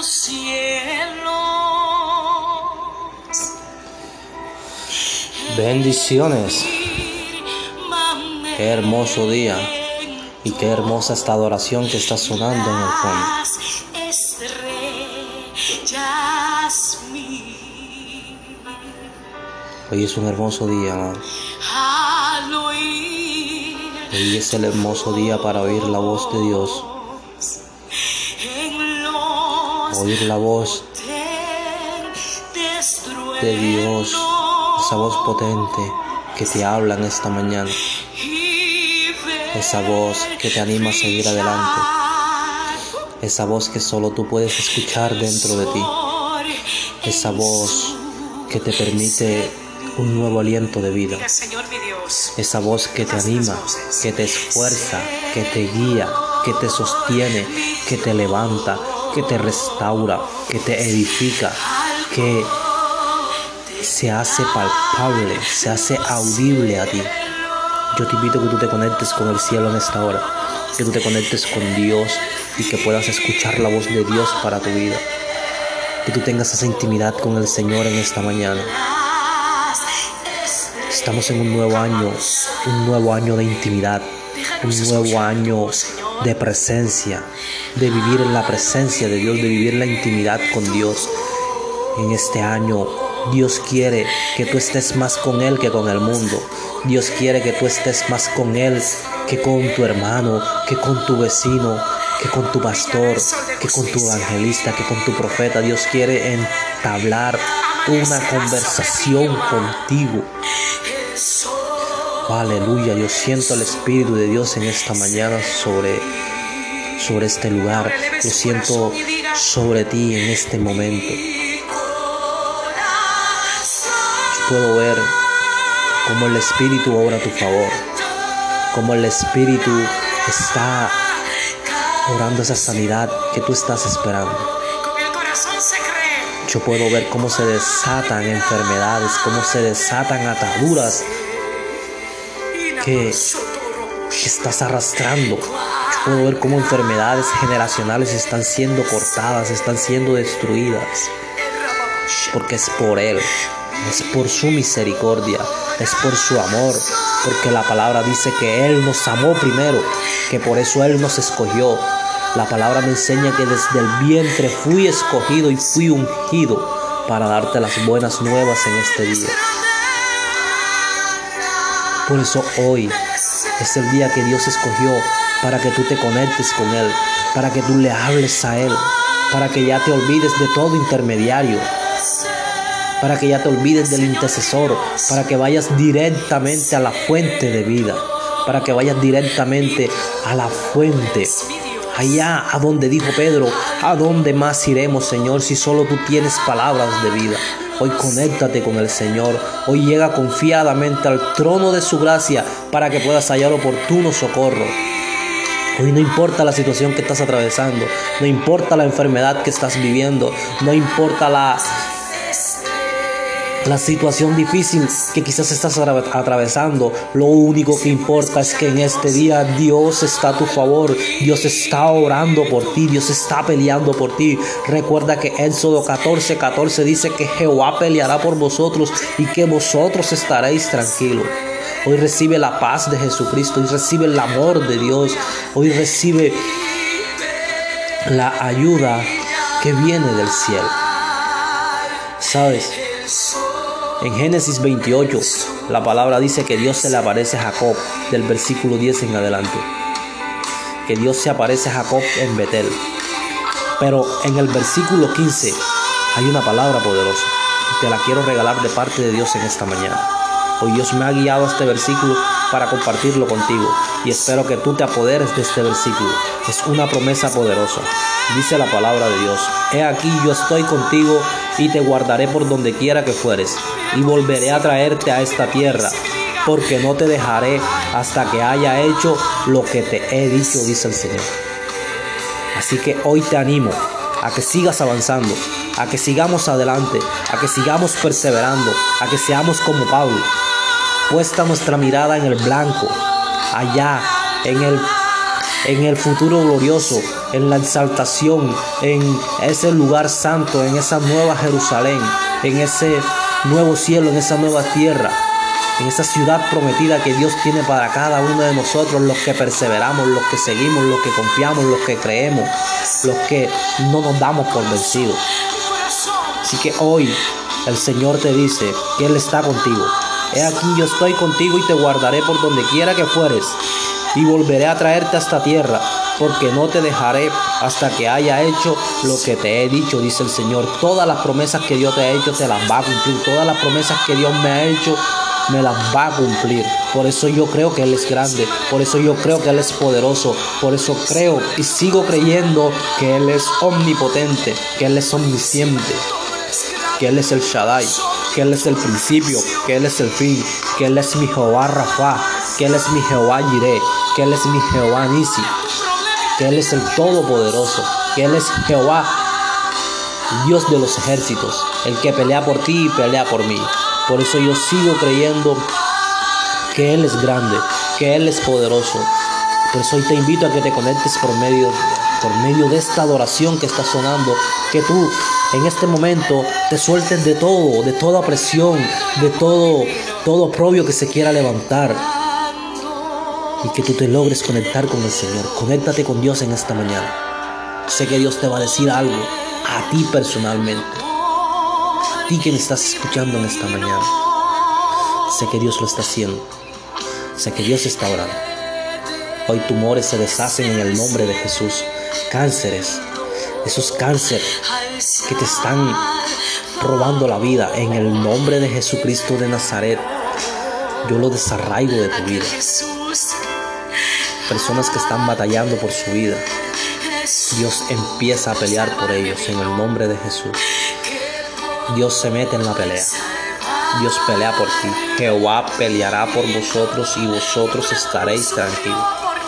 Bendiciones. Qué hermoso día y qué hermosa esta adoración que está sonando en el fondo. Hoy es un hermoso día, amado. Hoy es el hermoso día para oír la voz de Dios. Oír la voz de Dios, esa voz potente que te habla en esta mañana. Esa voz que te anima a seguir adelante. Esa voz que solo tú puedes escuchar dentro de ti. Esa voz que te permite un nuevo aliento de vida. Esa voz que te anima, que te esfuerza, que te guía, que te sostiene, que te levanta, que te restaura, que te edifica, que se hace palpable, se hace audible a ti. Yo te invito a que tú te conectes con el cielo en esta hora, que tú te conectes con Dios y que puedas escuchar la voz de Dios para tu vida, que tú tengas esa intimidad con el Señor en esta mañana. Estamos en un nuevo año de intimidad, un nuevo año de presencia, de vivir en la presencia de Dios, de vivir la intimidad con Dios. En este año Dios quiere que tú estés más con Él que con el mundo. Dios quiere que tú estés más con Él que con tu hermano, que con tu vecino, que con tu pastor, que con tu evangelista, que con tu profeta. Dios quiere entablar una conversación contigo. Oh, aleluya, yo siento el Espíritu de Dios en esta mañana sobre este lugar. Yo siento sobre ti en este momento. Puedo ver cómo el Espíritu obra a tu favor, cómo el Espíritu está orando esa sanidad que tú estás esperando. Yo puedo ver cómo se desatan enfermedades, cómo se desatan ataduras que estás arrastrando. Yo puedo ver cómo enfermedades generacionales están siendo cortadas, están siendo destruidas, porque es por Él. Es por su misericordia, es por su amor, porque la palabra dice que Él nos amó primero, que por eso Él nos escogió. La palabra me enseña que desde el vientre fui escogido y fui ungido para darte las buenas nuevas en este día. Por eso hoy es el día que Dios escogió para que tú te conectes con Él, para que tú le hables a Él, para que ya te olvides de todo intermediario, para que ya te olvides del intercesor, para que vayas directamente a la fuente de vida, para que vayas directamente a la fuente, allá a donde dijo Pedro: ¿a dónde más iremos, Señor, si solo tú tienes palabras de vida? Hoy conéctate con el Señor, hoy llega confiadamente al trono de su gracia para que puedas hallar oportuno socorro. Hoy no importa la situación que estás atravesando, no importa la enfermedad que estás viviendo, no importa la situación difícil que quizás estás atravesando. Lo único que importa es que en este día Dios está a tu favor. Dios está orando por ti. Dios está peleando por ti. Recuerda que Éxodo 14:14 dice que Jehová peleará por vosotros y que vosotros estaréis tranquilos. Hoy recibe la paz de Jesucristo. Hoy recibe el amor de Dios. Hoy recibe la ayuda que viene del cielo. ¿Sabes? En Génesis 28, la palabra dice que Dios se le aparece a Jacob, del versículo 10 en adelante. Que Dios se aparece a Jacob en Betel. Pero en el versículo 15 hay una palabra poderosa. Y te la quiero regalar de parte de Dios en esta mañana. Hoy Dios me ha guiado a este versículo para compartirlo contigo. Y espero que tú te apoderes de este versículo. Es una promesa poderosa. Dice la palabra de Dios: He aquí yo estoy contigo y te guardaré por donde quiera que fueres, y volveré a traerte a esta tierra, porque no te dejaré hasta que haya hecho lo que te he dicho, dice el Señor. Así que hoy te animo a que sigas avanzando, a que sigamos adelante, a que sigamos perseverando, a que seamos como Pablo, puesta nuestra mirada en el blanco, allá en el en el futuro glorioso, en la exaltación, en ese lugar santo, en esa nueva Jerusalén, en ese nuevo cielo, en esa nueva tierra, en esa ciudad prometida que Dios tiene para cada uno de nosotros, los que perseveramos, los que seguimos, los que confiamos, los que creemos, los que no nos damos por vencidos. Así que hoy el Señor te dice que Él está contigo. He aquí, yo estoy contigo y te guardaré por donde quiera que fueres, y volveré a traerte a esta tierra, porque no te dejaré hasta que haya hecho lo que te he dicho, dice el Señor. Todas las promesas que Dios te ha hecho te las va a cumplir. Todas las promesas que Dios me ha hecho me las va a cumplir. Por eso yo creo que Él es grande, por eso yo creo que Él es poderoso, por eso creo y sigo creyendo que Él es omnipotente, que Él es omnisciente, que Él es el Shaddai, que Él es el principio, que Él es el fin, que Él es mi Jehová Rafa, que Él es mi Jehová Jireh, que Él es mi Jehová Nisi, que Él es el Todopoderoso, que Él es Jehová, Dios de los ejércitos, el que pelea por ti y pelea por mí. Por eso yo sigo creyendo que Él es grande, que Él es poderoso. Por eso hoy te invito a que te conectes por medio de esta adoración que está sonando, que tú en este momento te sueltes de todo, de toda presión, de todo oprobio que se quiera levantar, y que tú te logres conectar con el Señor. Conéctate con Dios en esta mañana. Sé que Dios te va a decir algo a ti personalmente, a ti que me estás escuchando en esta mañana. Sé que Dios lo está haciendo. Sé que Dios está orando. Hoy tumores se deshacen en el nombre de Jesús. Cánceres, esos cánceres que te están robando la vida, en el nombre de Jesucristo de Nazaret, yo lo desarraigo de tu vida. Personas que están batallando por su vida, Dios empieza a pelear por ellos en el nombre de Jesús. Dios se mete en la pelea. Dios pelea por ti. Jehová peleará por vosotros y vosotros estaréis tranquilos.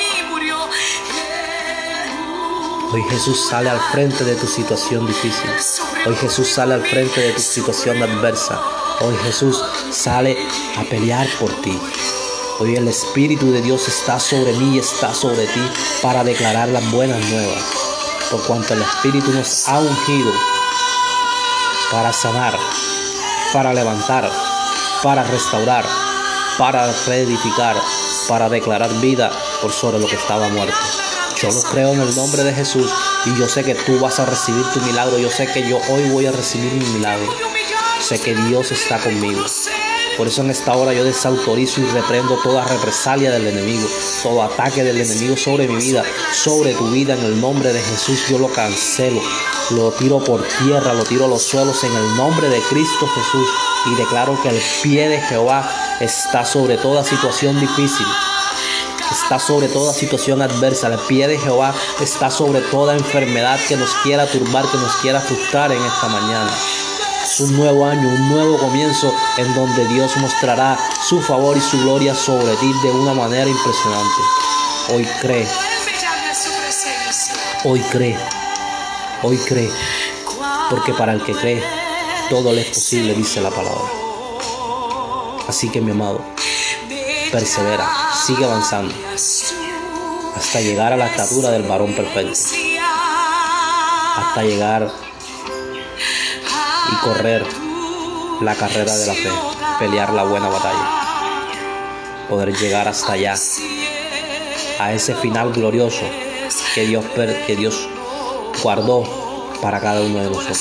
Hoy Jesús sale al frente de tu situación difícil. Hoy Jesús sale al frente de tu situación adversa. Hoy Jesús sale a pelear por ti. Hoy el Espíritu de Dios está sobre mí y está sobre ti para declarar las buenas nuevas. Por cuanto el Espíritu nos ha ungido para sanar, para levantar, para restaurar, para reedificar, para declarar vida por sobre lo que estaba muerto. Yo lo creo en el nombre de Jesús y yo sé que tú vas a recibir tu milagro. Yo sé que yo hoy voy a recibir mi milagro. Sé que Dios está conmigo. Por eso en esta hora yo desautorizo y reprendo toda represalia del enemigo, todo ataque del enemigo sobre mi vida, sobre tu vida, en el nombre de Jesús. Yo lo cancelo, lo tiro por tierra, lo tiro a los suelos en el nombre de Cristo Jesús, y declaro que el pie de Jehová está sobre toda situación difícil, está sobre toda situación adversa. El pie de Jehová está sobre toda enfermedad que nos quiera turbar, que nos quiera frustrar en esta mañana. Es un nuevo año, un nuevo comienzo en donde Dios mostrará su favor y su gloria sobre ti de una manera impresionante. Hoy cree, hoy cree, hoy cree, porque para el que cree todo le es posible, dice la palabra. Así que mi amado, persevera, sigue avanzando hasta llegar a la estatura del varón perfecto, hasta llegar y correr la carrera de la fe, pelear la buena batalla, poder llegar hasta allá, a ese final glorioso que Dios guardó para cada uno de nosotros.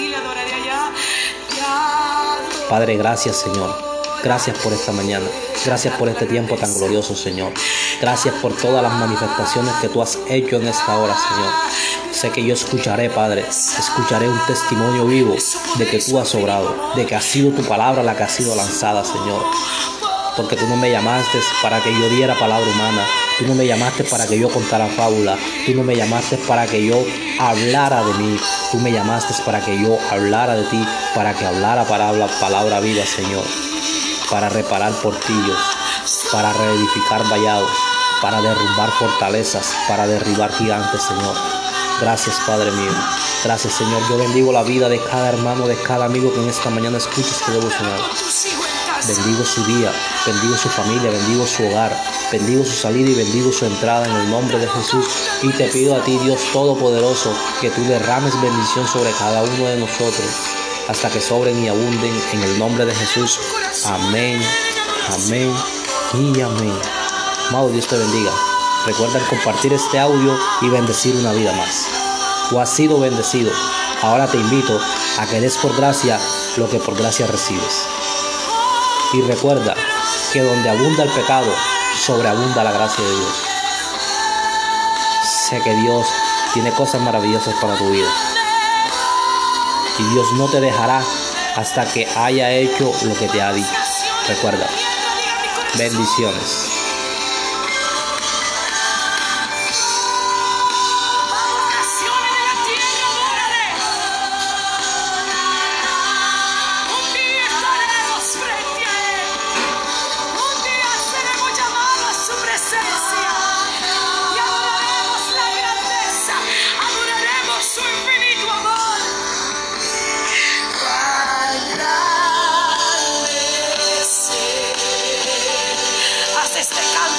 Padre, gracias, Señor. Gracias por esta mañana. Gracias por este tiempo tan glorioso, Señor. Gracias por todas las manifestaciones que tú has hecho en esta hora, Señor. Sé que yo escucharé, Padre, escucharé un testimonio vivo de que tú has obrado, de que ha sido tu palabra la que ha sido lanzada, Señor. Porque tú no me llamaste para que yo diera palabra humana, tú no me llamaste para que yo contara fábula, tú no me llamaste para que yo hablara de mí, tú me llamaste para que yo hablara de ti, para que hablara palabra viva, Señor, para reparar portillos, para reedificar vallados, para derrumbar fortalezas, para derribar gigantes, Señor. Gracias, Padre mío. Gracias, Señor. Yo bendigo la vida de cada hermano, de cada amigo que en esta mañana escucha este devocional. Bendigo su día, bendigo su familia, bendigo su hogar. bendigo su salida y bendigo su entrada en el nombre de Jesús. Y te pido a ti, Dios Todopoderoso, que tú derrames bendición sobre cada uno de nosotros, hasta que sobren y abunden en el nombre de Jesús. Amén, amén y amén. Amado, Dios te bendiga. Recuerda compartir este audio y bendecir una vida más. Tú has sido bendecido. Ahora te invito a que des por gracia lo que por gracia recibes. Y recuerda que donde abunda el pecado, sobreabunda la gracia de Dios. Sé que Dios tiene cosas maravillosas para tu vida. Y Dios no te dejará hasta que haya hecho lo que te ha dicho. Recuerda. Bendiciones. Este canto